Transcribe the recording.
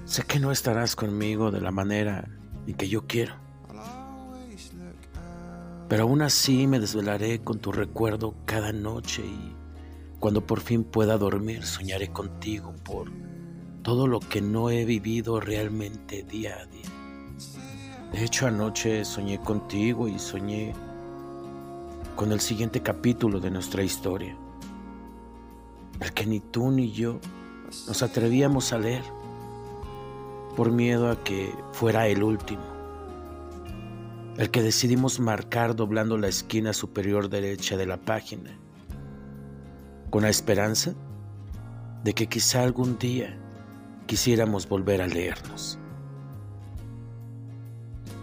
Sé que no estarás conmigo de la manera en que yo quiero, pero aún así me desvelaré con tu recuerdo cada noche y cuando por fin pueda dormir soñaré contigo por todo lo que no he vivido realmente día a día. De hecho, anoche soñé contigo y soñé con el siguiente capítulo de nuestra historia, el que ni tú ni yo nos atrevíamos a leer por miedo a que fuera el último, el que decidimos marcar doblando la esquina superior derecha de la página, con la esperanza de que quizá algún día quisiéramos volver a leernos.